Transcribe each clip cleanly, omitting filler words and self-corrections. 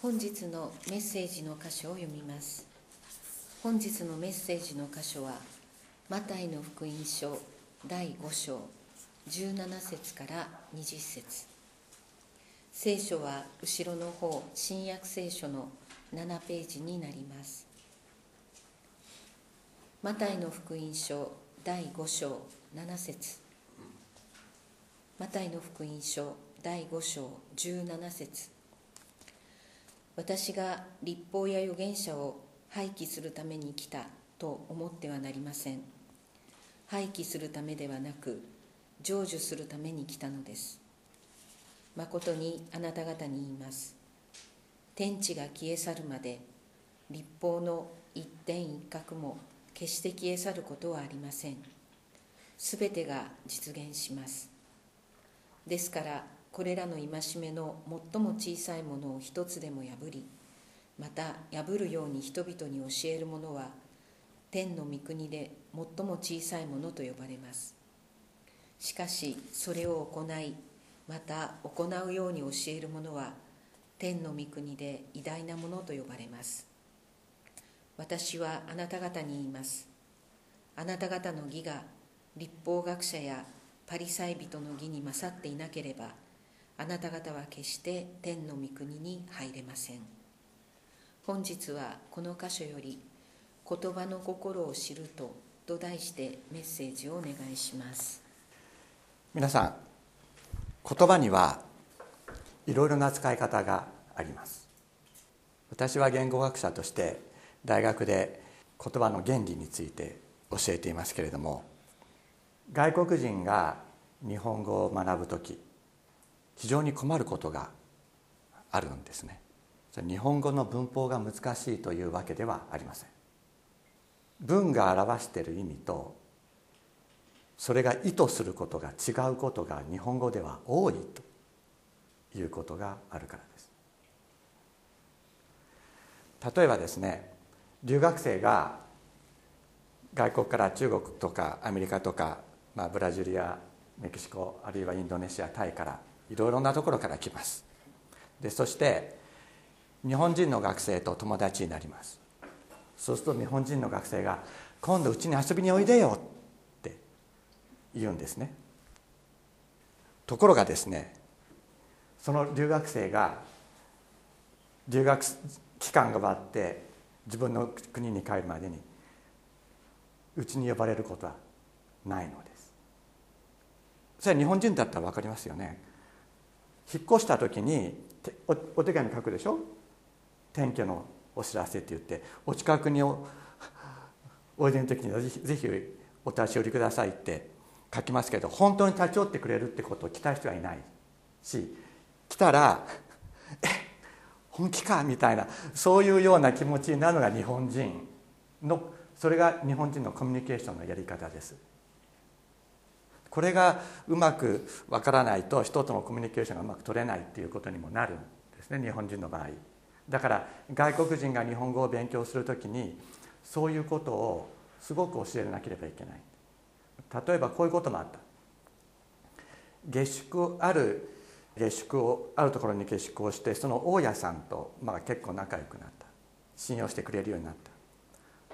本日のメッセージの箇所を読みます。本日のメッセージの箇所は、マタイの福音書第5章17節から20節。聖書は後ろの方、新約聖書の7ページになります。マタイの福音書第5章7節。マタイの福音書第5章17節。私が律法や預言者を廃棄するために来たと思ってはなりません。廃棄するためではなく、成就するために来たのです。まことにあなた方に言います。天地が消え去るまで、律法の一点一画も決して消え去ることはありません。すべてが実現します。ですから、これらの戒めの最も小さいものを一つでも破り、また破るように人々に教えるものは、天の御国で最も小さいものと呼ばれます。しかし、それを行い、また行うように教えるものは、天の御国で偉大なものと呼ばれます。私はあなた方に言います。あなた方の義が律法学者やパリサイ人の義に勝っていなければ、あなた方は決して天の御国に入れません。本日はこの箇所より、言葉の心を知ると題してメッセージをお願いします。 皆さん、言葉にはいろいろな使い方があります。私は言語学者として大学で言葉の原理について教えていますけれども、外国人が日本語を学ぶとき、非常に困ることがあるんですね。日本語の文法が難しいというわけではありません。文が表している意味とそれが意図することが違うことが日本語では多いということがあるからです。例えばですね、留学生が外国から中国とかアメリカとか、ブラジルやメキシコ、あるいはインドネシア、タイからいろいろなところから来ます。でそして日本人の学生と友達になります。そうすると日本人の学生が今度うちに遊びにおいでよって言うんですね。ところがですね、その留学生が留学期間が終わって自分の国に帰るまでにうちに呼ばれることはないのです。それは日本人だったら分かりますよね。引っ越した時に お手紙書くでしょ。転居のお知らせって言って、お近くに おいでの時にはぜひお立ち寄りくださいって書きますけど、本当に立ち寄ってくれるってことを期待してはいないし、来たら本気かみたいな、そういうような気持ちになるのが日本人の、それが日本人のコミュニケーションのやり方です。これがうまくわからないと人とのコミュニケーションがうまく取れないっていうことにもなるんですね、日本人の場合。だから外国人が日本語を勉強するときにそういうことをすごく教えなければいけない。例えばこういうこともあった。あるところに下宿をして、その大家さんと結構仲良くなった。信用してくれるようになった。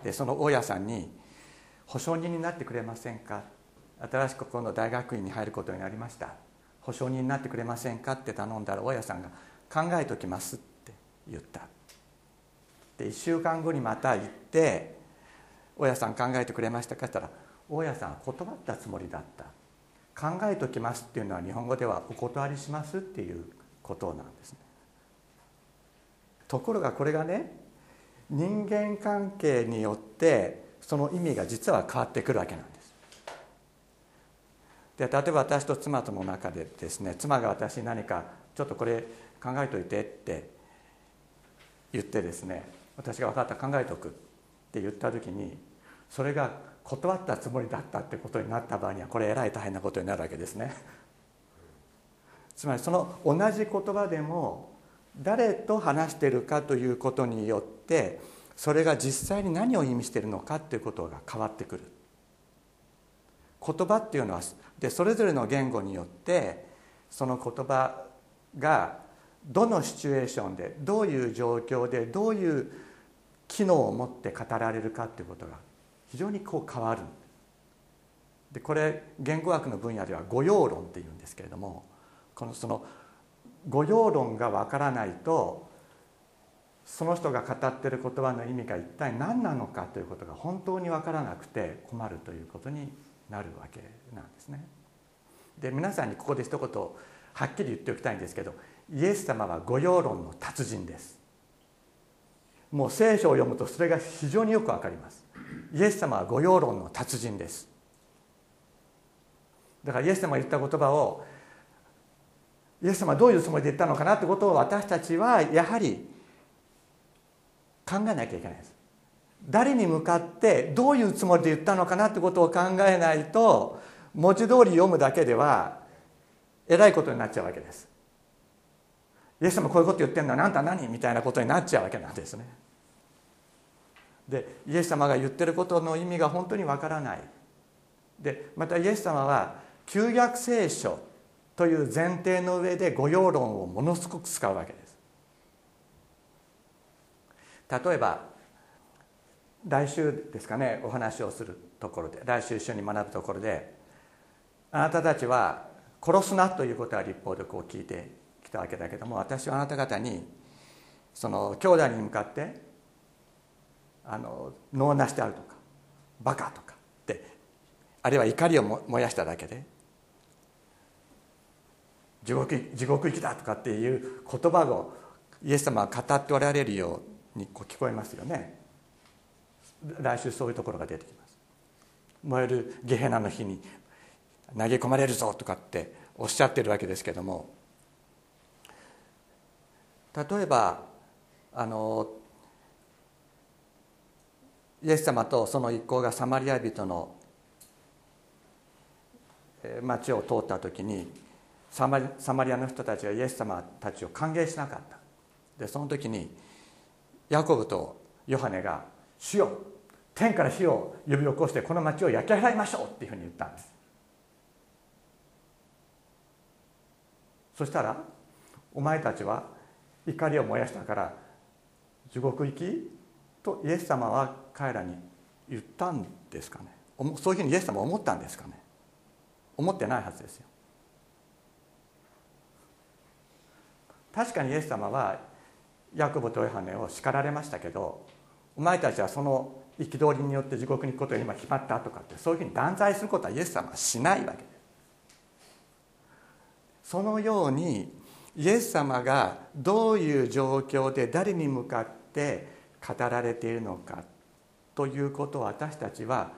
でその大家さんに保証人になってくれませんか、新しくこの大学院に入ることになりました、保証人になってくれませんかって頼んだら、大家さんが考えときますって言った。で1週間後にまた行って、大家さん考えてくれましたかって言ったら、大家さんは断ったつもりだった。考えときますっていうのは日本語ではお断りしますっていうことなんですね。ところがこれがね、人間関係によってその意味が実は変わってくるわけなんです。で例えば私と妻との中でですね、妻が私に何かちょっとこれ考えといてって言ってですね、私が分かった考えとくって言った時に、それが断ったつもりだったってことになった場合には、これえらい大変なことになるわけですね。つまりその同じ言葉でも誰と話しているかということによって、それが実際に何を意味しているのかということが変わってくる。言葉っていうのはそれぞれの言語によってその言葉がどのシチュエーションでどういう状況でどういう機能を持って語られるかということが非常に変わる。でこれ言語学の分野では語用論っていうんですけれども、その語用論がわからないとその人が語っている言葉の意味が一体何なのかということが本当にわからなくて困るということになるわけなんですね。で皆さんにここで一言はっきり言っておきたいんですけど、イエス様は語用論の達人です。もう聖書を読むとそれが非常によくわかります。イエス様は語用論の達人です。だからイエス様が言った言葉をイエス様はどういうつもりで言ったのかなということを私たちはやはり考えなきゃいけないです。誰に向かってどういうつもりで言ったのかなということを考えないと、文字通り読むだけではえらいことになっちゃうわけです。イエス様こういうこと言ってんのはあんた何みたいなことになっちゃうわけなんですね。でイエス様が言ってることの意味が本当にわからない。でまたイエス様は旧約聖書という前提の上で語用論をものすごく使うわけです。例えば来週ですかね、お話をするところで、来週一緒に学ぶところで、あなたたちは殺すなということは律法で聞いてきたわけだけども、私はあなた方にその兄弟に向かって能なしであるとかバカとかってあるいは怒りを燃やしただけで地獄行きだとかっていう言葉をイエス様は語っておられるように聞こえますよね。来週そういうところが出てきます。燃えるゲヘナの火に投げ込まれるぞとかっておっしゃってるわけですけども、例えばイエス様とその一行がサマリア人の町を通った時にサマリアの人たちがイエス様たちを歓迎しなかった。でその時にヤコブとヨハネが主よ、天から火を呼び起こしてこの町を焼き払いましょうっていうふうに言ったんです。そしたらお前たちは怒りを燃やしたから地獄行きとイエス様は彼らに言ったんですかね。そういうふうにイエス様は思ったんですかね。思ってないはずですよ。確かにイエス様はヤコブとヨハネを叱られましたけど、お前たちはその憤りによって地獄に行くことが今決まったとかってそういうふうに断罪することはイエス様はしないわけです。そのようにイエス様がどういう状況で誰に向かって語られているのかということを私たちは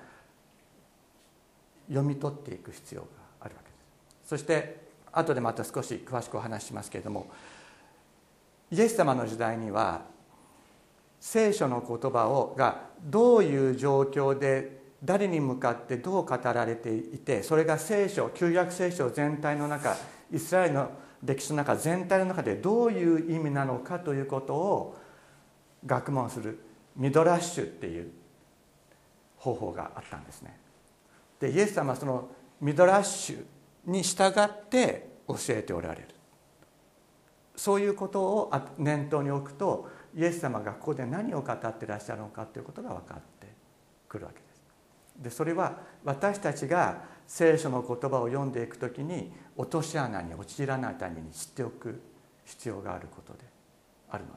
読み取っていく必要があるわけです。そして後でまた少し詳しくお話ししますけれども、イエス様の時代には聖書の言葉がどういう状況で誰に向かってどう語られていて、それが聖書、旧約聖書全体の中、イスラエルの歴史の中全体の中でどういう意味なのかということを学問するミドラッシュっていう方法があったんですね。でイエス様はそのミドラッシュに従って教えておられる。そういうことを念頭に置くとイエス様がここで何を語っていらっしゃるのかということが分かってくるわけです。でそれは私たちが聖書の言葉を読んでいくときに落とし穴に陥らないために知っておく必要があることであるのです。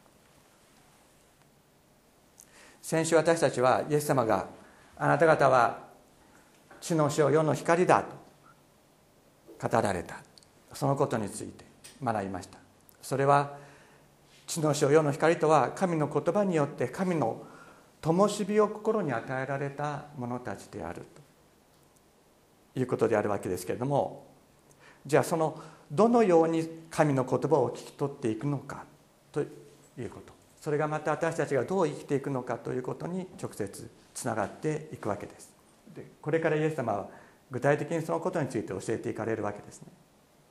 先週私たちはイエス様があなた方は地の塩世の光だと語られた、そのことについて学びました。それは地の塩世の光とは神の言葉によって神の灯火を心に与えられた者たちであるということであるわけですけれども、じゃあそのどのように神の言葉を聞き取っていくのかということ、それがまた私たちがどう生きていくのかということに直接つながっていくわけです。でこれからイエス様は具体的にそのことについて教えていかれるわけですね。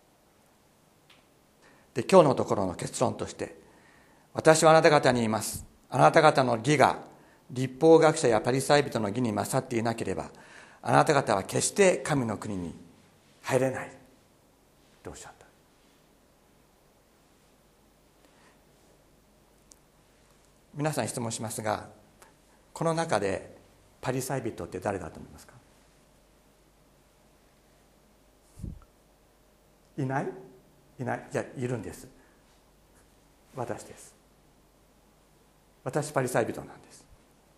で今日のところの結論として、私はあなた方に言います。あなた方の義が律法学者やパリサイ人の義に勝っていなければ、あなた方は決して神の国に入れないとおっしゃった。 皆さんに質問しますが、この中でパリサイ人って誰だと思いますか？いない？いない。いや、いるんです。私です。私パリサイ人なんです。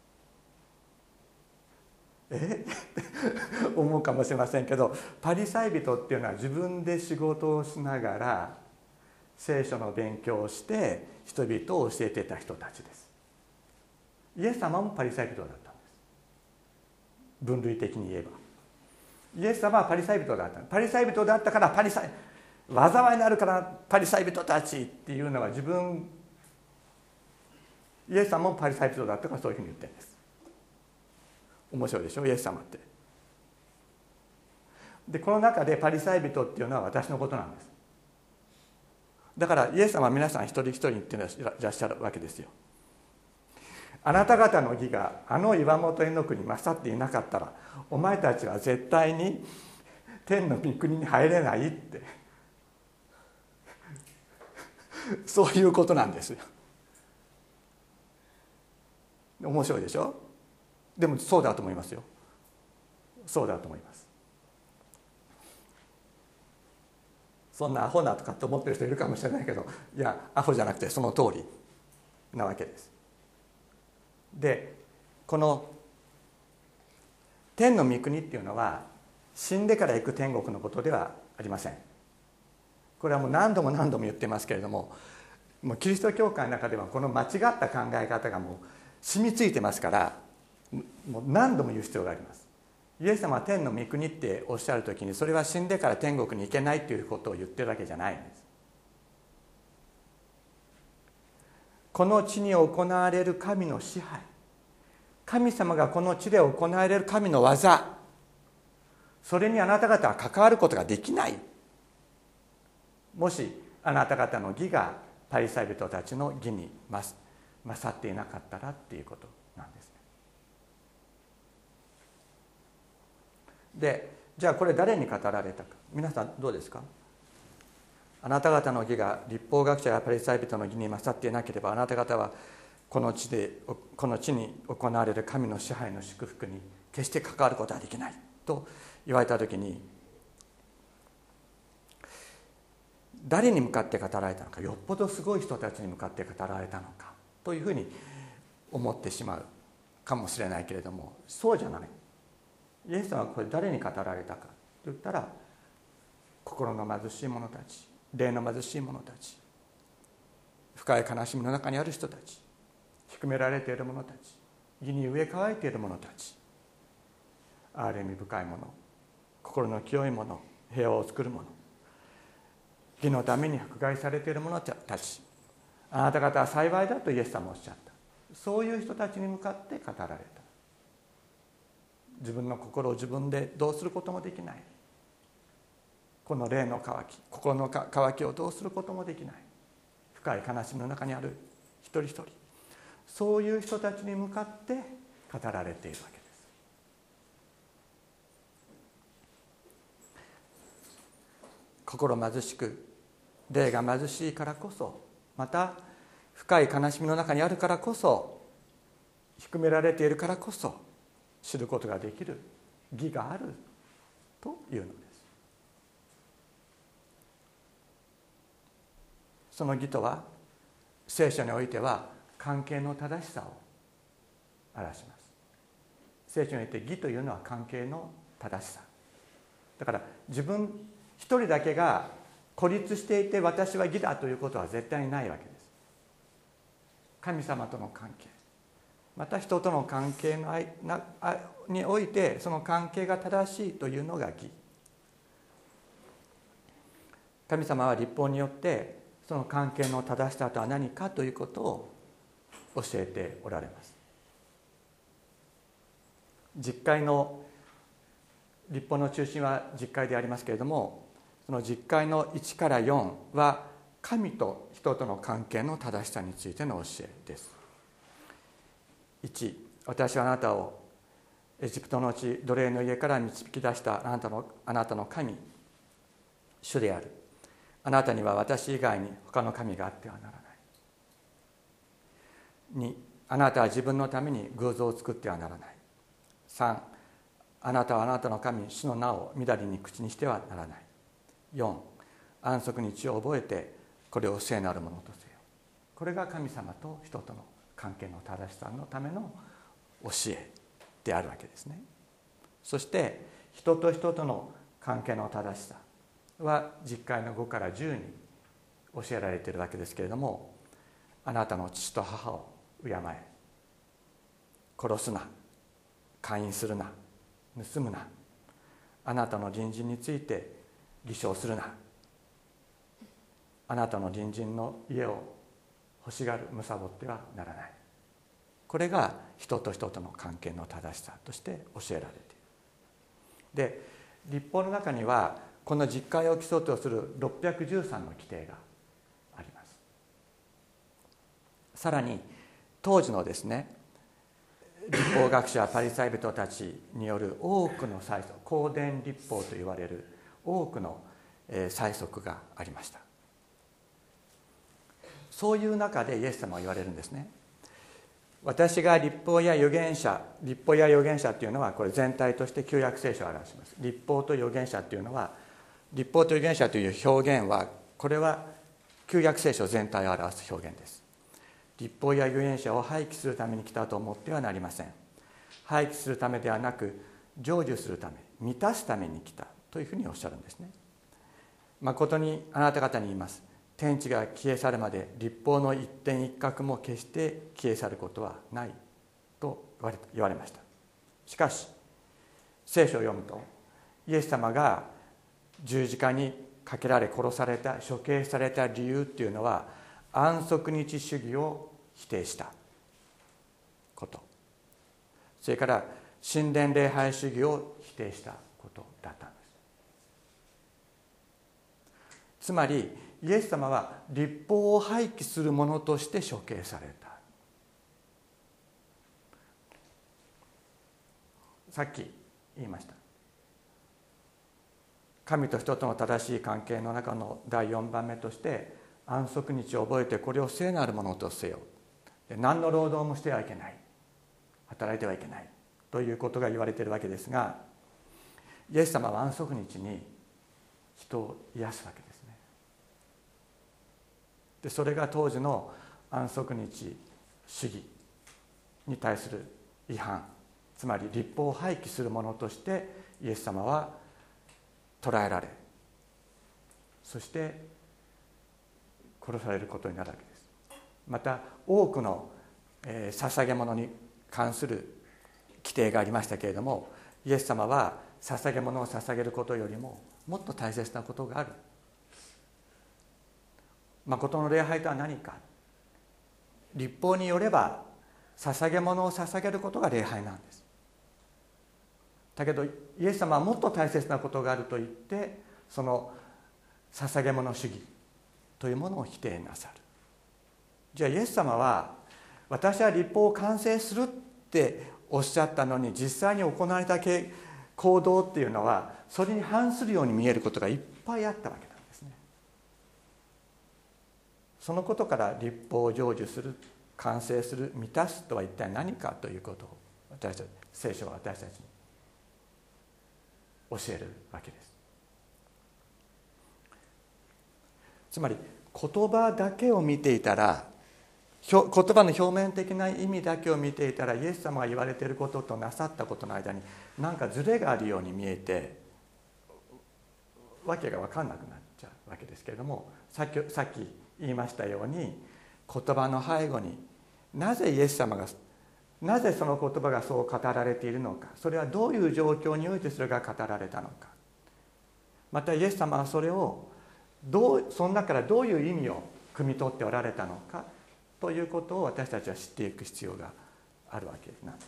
思うかもしれませんけど、パリサイ人っていうのは自分で仕事をしながら聖書の勉強をして人々を教えていた人たちです。イエス様もパリサイ人だったんです。分類的に言えばイエス様はパリサイ人だった。パリサイ人だったから災いになるからパリサイ人たちっていうのは自分、イエス様もパリサイ人だったからそういうふうに言ってるんです。面白いでしょ、イエス様って。でこの中でパリサイ人っていうのは私のことなんです。だからイエス様は皆さん一人一人に言っていらっしゃるわけですよ。あなた方の義があの岩本絵の具に勝っていなかったらお前たちは絶対に天の御国に入れないってそういうことなんですよ。面白いでしょ。でもそうだと思いますよ。そうだと思います。そんなアホなとかって思ってる人いるかもしれないけど、いやアホじゃなくてその通りなわけです。でこの天の御国っていうのは死んでから行く天国のことではありません。これはもう何度も何度も言ってますけれども、もうキリスト教会の中ではこの間違った考え方がもう染みついてますから、もう何度も言う必要があります。イエス様は天の御国っておっしゃるときに、それは死んでから天国に行けないということを言ってるわけじゃないんです。この地に行われる神の支配、神様がこの地で行われる神の技、それにあなた方は関わることができない。もしあなた方の義がパリサイ人たちの義に勝っていなかったらっていうことなんですね。でじゃあこれ誰に語られたか、皆さんどうですか？あなた方の義が律法学者やパリサイ人の義に勝っていなければあなた方はこの地に行われる神の支配の祝福に決して関わることはできないと言われたときに、誰に向かって語られたのか、よっぽどすごい人たちに向かって語られたのかというふうに思ってしまうかもしれないけれども、そうじゃない。イエス様はこれ誰に語られたかと言ったら、心の貧しい者たち、霊の貧しい者たち、深い悲しみの中にある人たち、低められている者たち、義に飢え渇いている者たち、憐れみ深い者、心の清い者、平和を作る者、義のために迫害されている者たち、あなた方は幸いだとイエス様はおっしゃった。そういう人たちに向かって語られた。自分の心を自分でどうすることもできない、この霊の渇き、心の渇きをどうすることもできない、深い悲しみの中にある一人一人、そういう人たちに向かって語られているわけです。心貧しく霊が貧しいからこそ、また深い悲しみの中にあるからこそ、低められているからこそ知ることができる義があるというのです。その義とは聖書においては関係の正しさを表します。聖書において義というのは関係の正しさだから、自分一人だけが孤立していて私は義だということは絶対にないわけです。神様との関係、また人との関係においてその関係が正しいというのが義。神様は律法によってその関係の正しさとは何かということを教えておられます。実会の律法の中心は実会でありますけれども、その実会の1から4は神と人との関係の正しさについての教えです。1、私はあなたをエジプトの地奴隷の家から導き出したあなたの神主である。あなたには私以外に他の神があってはならない。2、 あなたは自分のために偶像を作ってはならない。3、あなたはあなたの神主の名をみだりに口にしてはならない。4、安息日を覚えてこれを聖なるものとせよ。これが神様と人との関係の正しさのための教えであるわけですね。そして人と人との関係の正しさは十戒の5から10に教えられているわけですけれども、あなたの父と母を敬え、殺すな、姦淫するな、盗むな、あなたの隣人について偽証するな、あなたの隣人の家を欲しがる貪ってはならない。これが人と人との関係の正しさとして教えられている。で、律法の中にはこの十戒を基礎とする613の規定があります。さらに当時のですね、律法学者パリサイ人たちによる多くの催促、公伝律法といわれる多くの催促がありました。そういう中でイエス様は言われるんですね。私が律法や預言者というのはこれ全体として旧約聖書を表します。律法と預言者というのは、律法と預言者という表現はこれは旧約聖書全体を表す表現です。律法や預言者を廃棄するために来たと思ってはなりません。廃棄するためではなく成就するため、満たすために来たというふうにおっしゃるんですね。誠にあなた方に言います。天地が消え去るまで律法の一点一画も決して消え去ることはないと言われました。しかし聖書を読むと、イエス様が十字架にかけられ殺された、処刑された理由っていうのは安息日主義を否定したこと、それから神殿礼拝主義を否定したことだったんです。つまりイエス様は律法を廃棄するものとして処刑された。さっき言いました。神と人との正しい関係の中の第4番目として、安息日を覚えてこれを聖なるものとせよ。何の労働もしてはいけない。働いてはいけない。ということが言われているわけですが、イエス様は安息日に人を癒すわけです。でそれが当時の安息日主義に対する違反、つまり律法を廃棄するものとしてイエス様は捕らえられ、そして殺されることになるわけです。また多くの捧げ物に関する規定がありましたけれども、イエス様は捧げ物を捧げることよりももっと大切なことがある。誠の礼拝とは何か。律法によれば捧げ物を捧げることが礼拝なんです。だけどイエス様はもっと大切なことがあると言って、その捧げ物主義というものを否定なさる。じゃあイエス様は私は律法を完成するっておっしゃったのに、実際に行われた行動っていうのはそれに反するように見えることがいっぱいあったわけなんですね。そのことから律法を成就する、完成する、満たすとは一体何かということを聖書は私たちに教えるわけです。つまり言葉だけを見ていたら、言葉の表面的な意味だけを見ていたら、イエス様が言われていることとなさったことの間に何かズレがあるように見えて、わけが分かんなくなっちゃうわけですけれども、さっき言いましたように、言葉の背後になぜイエス様が、なぜその言葉がそう語られているのか、それはどういう状況においてそれが語られたのか、またイエス様はそれをその中からどういう意味を汲み取っておられたのかということを私たちは知っていく必要があるわけなんです。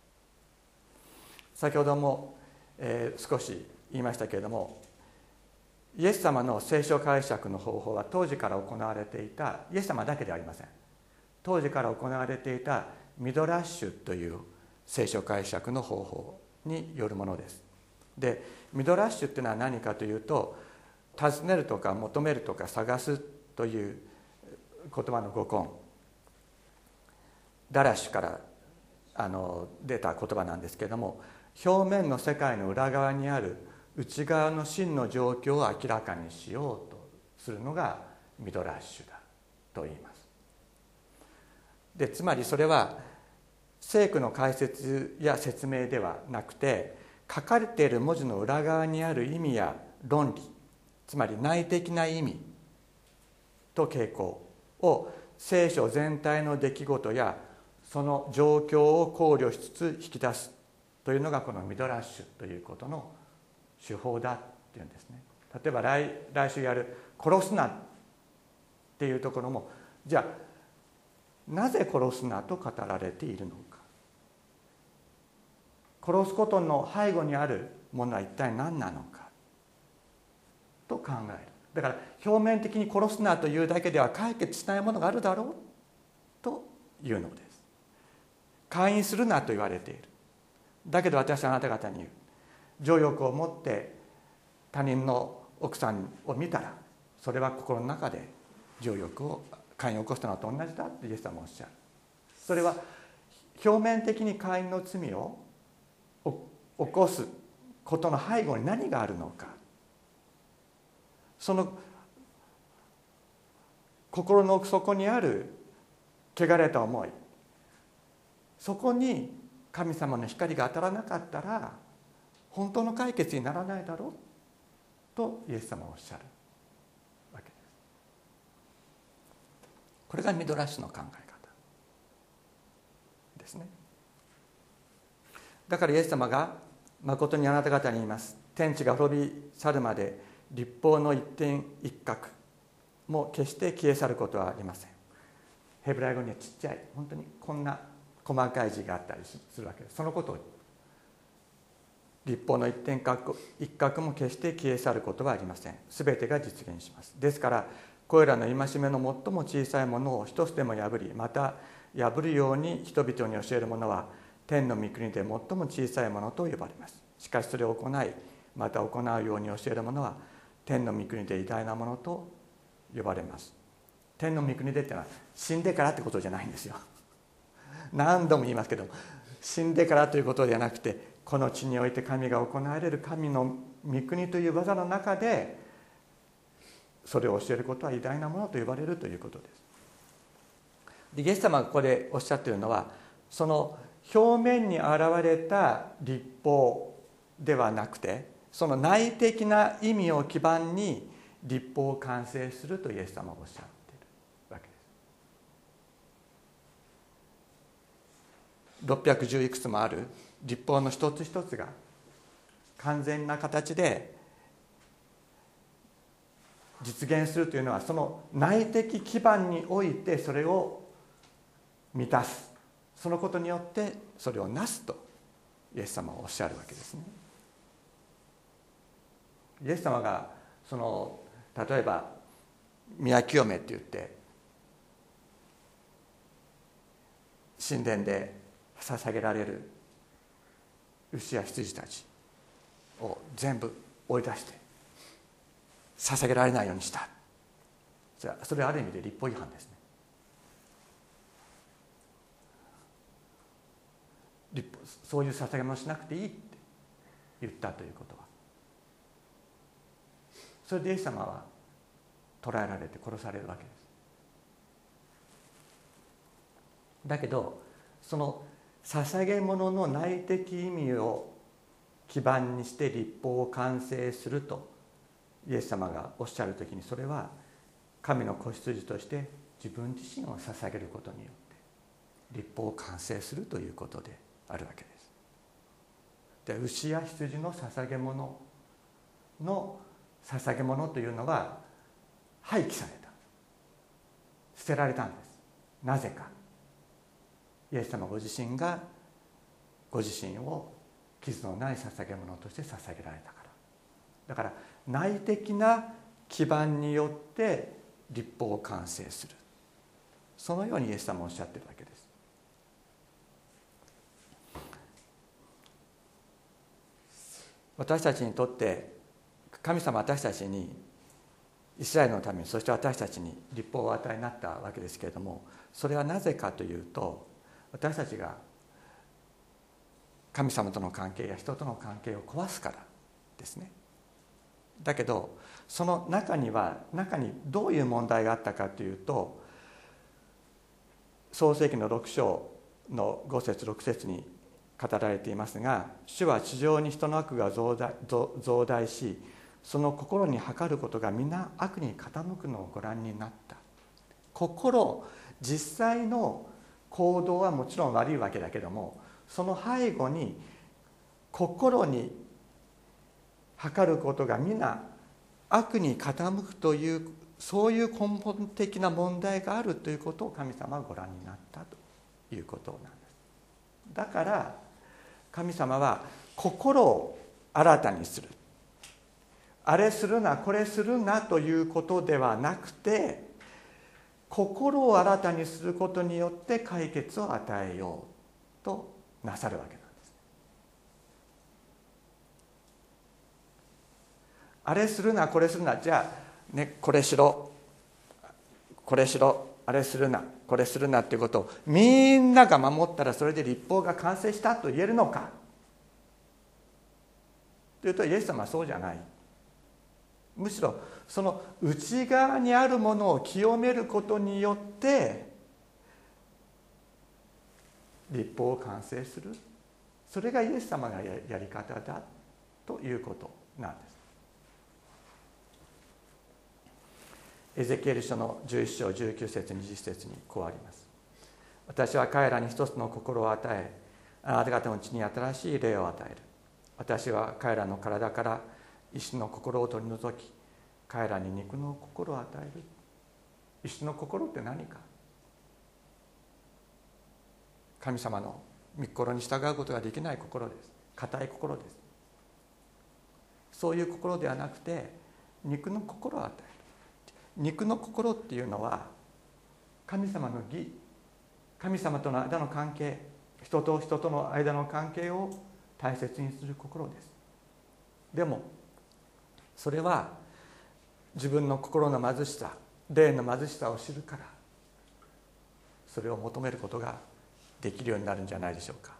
先ほども、少し言いましたけれども、イエス様の聖書解釈の方法は当時から行われていた、イエス様だけではありません。当時から行われていたミドラッシュという聖書解釈の方法によるものです。で、ミドラッシュというのは何かというと、尋ねるとか求めるとか探すという言葉の語根ダラッシュから出た言葉なんですけれども、表面の世界の裏側にある内側の真の状況を明らかにしようとするのがミドラッシュだと言います。でつまりそれは聖句の解説や説明ではなくて、書かれている文字の裏側にある意味や論理、つまり内的な意味と傾向を聖書全体の出来事やその状況を考慮しつつ引き出すというのがこのミドラッシュということの手法だっていうんですね。例えば 来週やる殺すなっていうところも、じゃあなぜ殺すなと語られているのか、殺すことの背後にあるものは一体何なのかと考える。だから表面的に殺すなというだけでは解決しないものがあるだろうというのです。姦淫するなと言われている。だけど私はあなた方に言う。情欲を持って他人の奥さんを見たら、それは心の中で情欲を姦淫を起こしたのと同じだってイエス様はおっしゃる。それは表面的に姦淫の罪を起こすことの背後に何があるのか、その心の奥底にある汚れた思い、そこに神様の光が当たらなかったら本当の解決にならないだろうとイエス様はおっしゃるわけです。これがミドラッシュの考え方ですね。だからイエス様が誠にあなた方に言います。天地が滅び去るまで律法の一点一角も決して消え去ることはありません。ヘブライ語にはちっちゃい、本当にこんな細かい字があったりするわけです。そのことを律法の一点一角も決して消え去ることはありません。すべてが実現します。ですからこれらの戒めの最も小さいものを一つでも破り、また破るように人々に教える者は天の御国で最も小さいものと呼ばれます。しかしそれを行い、また行うように教える者は天の御国で偉大なものと呼ばれます。天の御国でってのは死んでからってことじゃないんですよ。何度も言いますけど、死んでからということではなくて、この地において神が行われる神の御国という技の中でそれを教えることは偉大なものと呼ばれるということです。でイエス様がここでおっしゃっているのは、その表面に現れた律法ではなくて、その内的な意味を基盤に律法を完成するとイエス様はおっしゃっているわけです。610いくつもある律法の一つ一つが完全な形で実現するというのは、その内的基盤においてそれを満たす、そのことによってそれをなすとイエス様はおっしゃるわけですね。イエス様がその例えば宮清めって言って神殿で捧げられる牛や羊たちを全部追い出して捧げられないようにした。それはある意味で律法違反ですね。そういう捧げ物しなくていいって言ったということは、それでイエス様は捕らえられて殺されるわけです。だけどその捧げ物の内的意味を基盤にして律法を完成するとイエス様がおっしゃるときに、それは神の子羊として自分自身を捧げることによって律法を完成するということであるわけです。で、牛や羊の捧げ物というのは廃棄された、捨てられたんです。なぜか、イエス様ご自身がご自身を傷のない捧げ物として捧げられたから。だから内的な基盤によって律法を完成する、そのようにイエス様はおっしゃっているわけです。私たちにとって神様は私たちにイスラエルのために、そして私たちに律法をお与えになったわけですけれども、それはなぜかというと、 私たちが神様との関係や人との関係を壊すからですね。だけどその中にどういう問題があったかというと、創世記の6章の5節6節に語られていますが、主は地上に人の悪が増大し、その心に計ることが皆悪に傾くのをご覧になった。実際の行動はもちろん悪いわけだけども、その背後に心に計ることが皆悪に傾くという、そういう根本的な問題があるということを神様はご覧になったということなんです。だから神様は心を新たにする、あれするなこれするなということではなくて、心を新たにすることによって解決を与えようとなさるわけなんです。あれするなこれするな、じゃあね、これしろあれするなこれするなっていうことをみんなが守ったら、それで律法が完成したと言えるのかというと、イエス様はそうじゃない。むしろその内側にあるものを清めることによって律法を完成する、それがイエス様がやり方だということなんです。エゼキエル書の11章19節20節にこうあります。私は彼らに一つの心を与え、あなた方のうちに新しい霊を与える。私は彼らの体から石の心を取り除き、彼らに肉の心を与える。石の心って何か。神様の御心に従うことができない心です。固い心です。そういう心ではなくて、肉の心を与える。肉の心っていうのは神様の義、神様との間の関係、人と人との間の関係を大切にする心です。でもそれは自分の心の貧しさ、霊の貧しさを知るから、それを求めることができるようになるんじゃないでしょうか。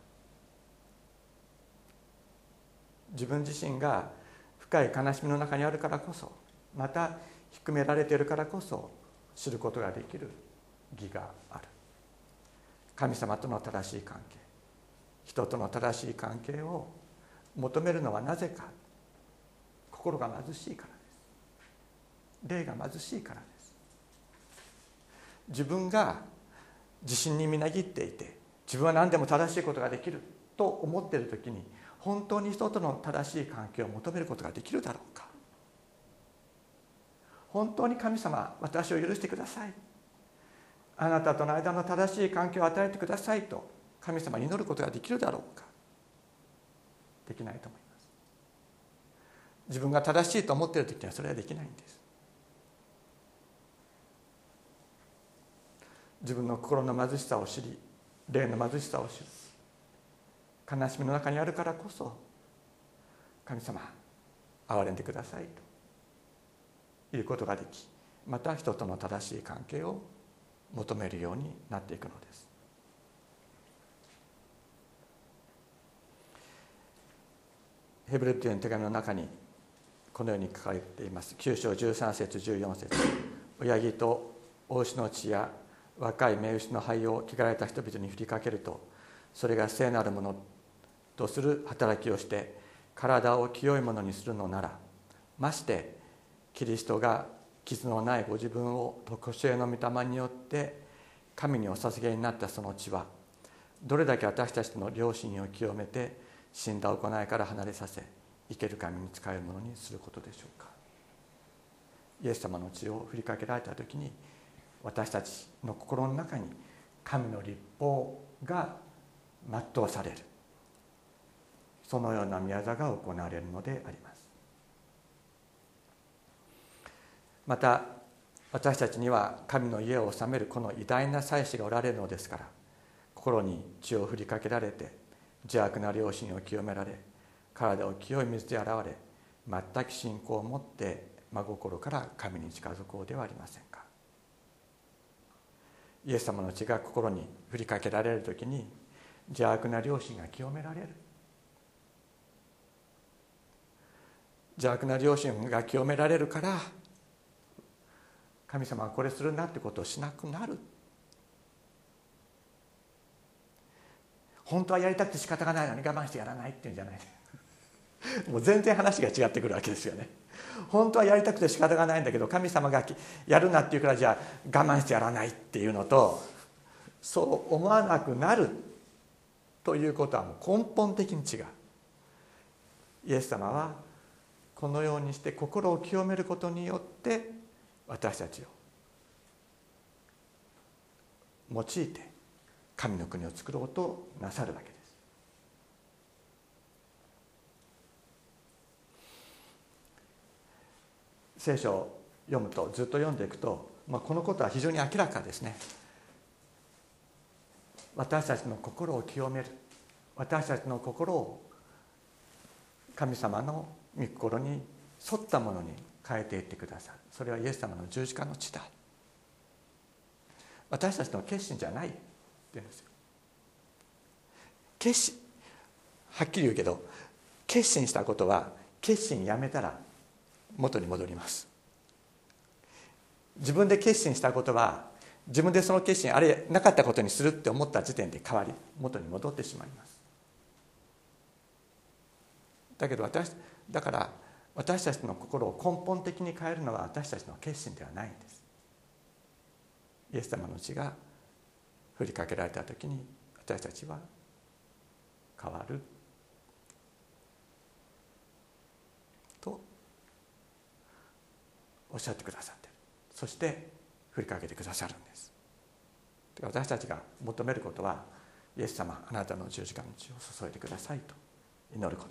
自分自身が深い悲しみの中にあるからこそ、また低められているからこそ知ることができる義がある。神様との正しい関係、人との正しい関係を求めるのはなぜか。心が貧しいからです。霊が貧しいからです。自分が自信にみなぎっていて、自分は何でも正しいことができると思っているときに、本当に人との正しい関係を求めることができるだろうか。本当に神様、私を許してください、あなたとの間の正しい関係を与えてくださいと神様に祈ることができるだろうか。できないと思います。自分が正しいと思っているときにはそれはできないんです。自分の心の貧しさを知り、霊の貧しさを知る、悲しみの中にあるからこそ、神様憐れんでくださいということができ、また人との正しい関係を求めるようになっていくのです。ヘブル人の手紙の中にこのように書かれています。9章13節14節、親木と大牛の血や若い雌牛の灰を汚れた人々に振りかけると、それが聖なるものとする働きをして体を清いものにするのなら、ましてキリストが傷のないご自分を常しえの御霊によって神にお捧げになったその血は、どれだけ私たちの良心を清めて死んだ行いから離れさせ、生ける神に仕えるものにすることでしょうか。イエス様の血を振りかけられたときに、私たちの心の中に神の律法が全うされる、そのような宮座が行われるのであります。また私たちには神の家を治めるこの偉大な祭司がおられるのですから、心に血を振りかけられて邪悪な良心を清められ、体を清い水で洗われ、全く信仰を持って真心から神に近づこうではありませんか。 イエス様の血が心に振りかけられるときに邪悪な良心が清められる。邪悪な良心が清められるから、神様はこれするなってことをしなくなる。本当はやりたくて仕方がないのに我慢してやらないっていうんじゃないもう全然話が違ってくるわけですよね。本当はやりたくて仕方がないんだけど、神様がやるなって言うからじゃあ我慢してやらないっていうのと、そう思わなくなるということはもう根本的に違う。イエス様はこのようにして心を清めることによって私たちを用いて神の国を作ろうとなさるわけです。聖書を読むと、ずっと読んでいくと、このことは非常に明らかですね。私たちの心を清める、私たちの心を神様の御心に沿ったものに変えていってくださる。それはイエス様の十字架の血だ。私たちの決心じゃないって言うんですよ。決心、はっきり言うけど、決心したことは決心やめたら元に戻ります。自分で決心したことは、自分でその決心あれなかったことにするって思った時点で変わり、元に戻ってしまいます。だけどだから私たちの心を根本的に変えるのは私たちの決心ではないんです。イエス様の血が振りかけられた時に私たちは変わるとおっしゃってくださっている。そして振りかけてくださるんです。私たちが求めることは、イエス様、あなたの十字架の血を注いでくださいと祈ることです。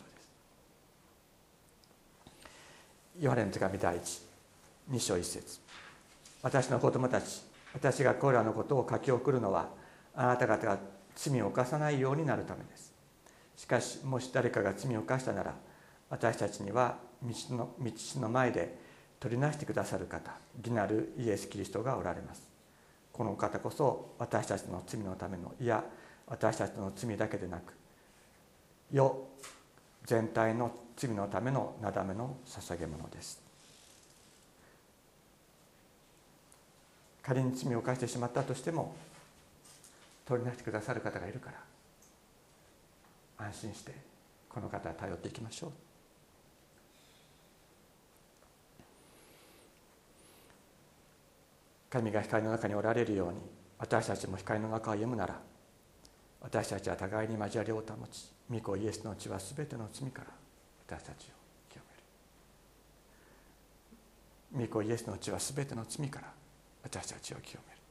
ヨハネの手紙第2章1節、私の子供たち、私がこれらのことを書き送るのは、あなた方が罪を犯さないようになるためです。しかし、もし誰かが罪を犯したなら、私たちには道の前で取りなしてくださる方、義なるイエス・キリストがおられます。この方こそ私たちの罪のための、いや私たちの罪だけでなく、世全体の罪のためのなだめの捧げ物です。仮に罪を犯してしまったとしても、取りなしてくださる方がいるから、安心してこの方を頼っていきましょう。神が光の中におられるように、私たちも光の中を歩むなら、私たちは互いに交わりを保ち、御子イエスの血はすべての罪から私たちを清める。御子イエスの血はすべての罪から私たちを清める。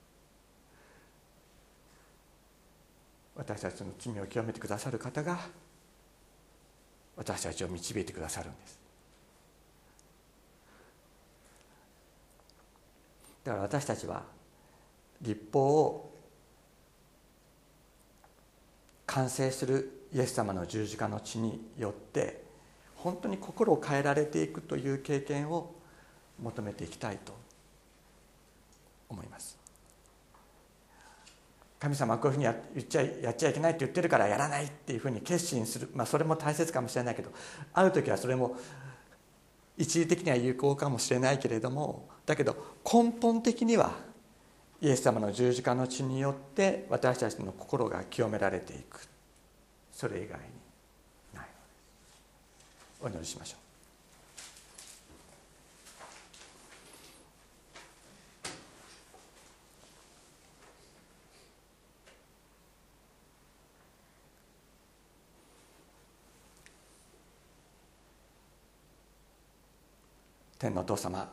私たちの罪を清めてくださる方が私たちを導いてくださるんです。だから私たちは律法を完成するイエス様の十字架の血によって本当に心を変えられていくという経験を求めていきたいと思います。神様はこういうふうにやっちゃいけないって言ってるからやらないっていうふうに決心する、それも大切かもしれないけど、ある時はそれも一時的には有効かもしれないけれども、だけど根本的にはイエス様の十字架の血によって私たちの心が清められていく、それ以外にないのです。お祈りしましょう。天のお父様、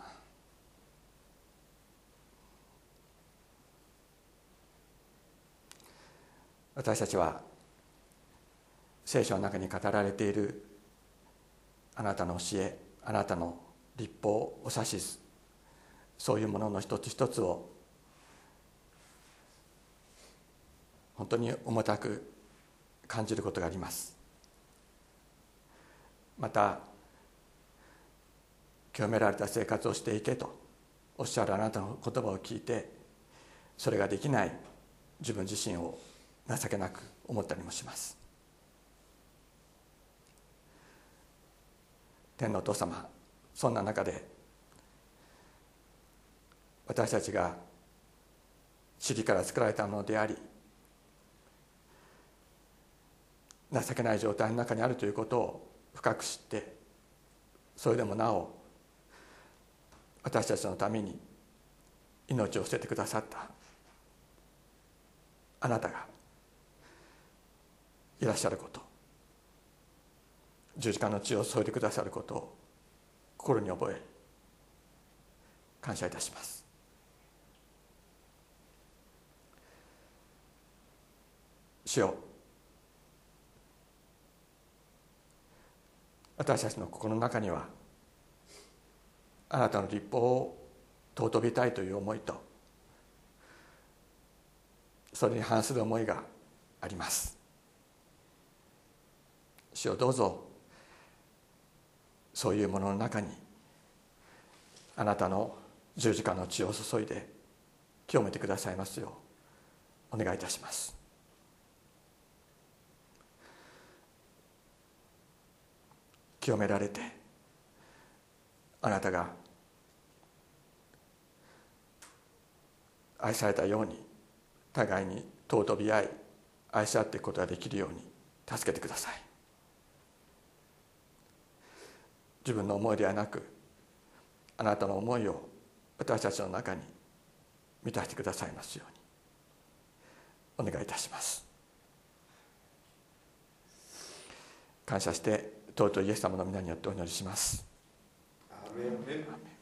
私たちは聖書の中に語られているあなたの教え、あなたの律法、お指図、そういうものの一つ一つを本当に重たく感じることがあります。また清められた生活をしていけとおっしゃるあなたの言葉を聞いて、 それができない自分自身を情けなく思ったりもします。天のお父様、そんな中で私たちが塵から作られたものであり、情けない状態の中にあるということを深く知って、それでもなお私たちのために命を捨ててくださったあなたがいらっしゃること、十字架の血を添えてくださることを心に覚え、感謝いたします。主よ、私たちの心の中にはあなたの律法を尊びたいという思いと、それに反する思いがあります。主よ、どうぞそういうものの中にあなたの十字架の血を注いで清めてくださいますようお願いいたします。清められて、あなたが愛されたように互いに尊び合い愛し合っていくことができるように助けてください。自分の思いではなく、あなたの思いを私たちの中に満たしてくださいますようにお願いいたします。感謝して尊いイエス様の皆によってお祈りします。 アーメン。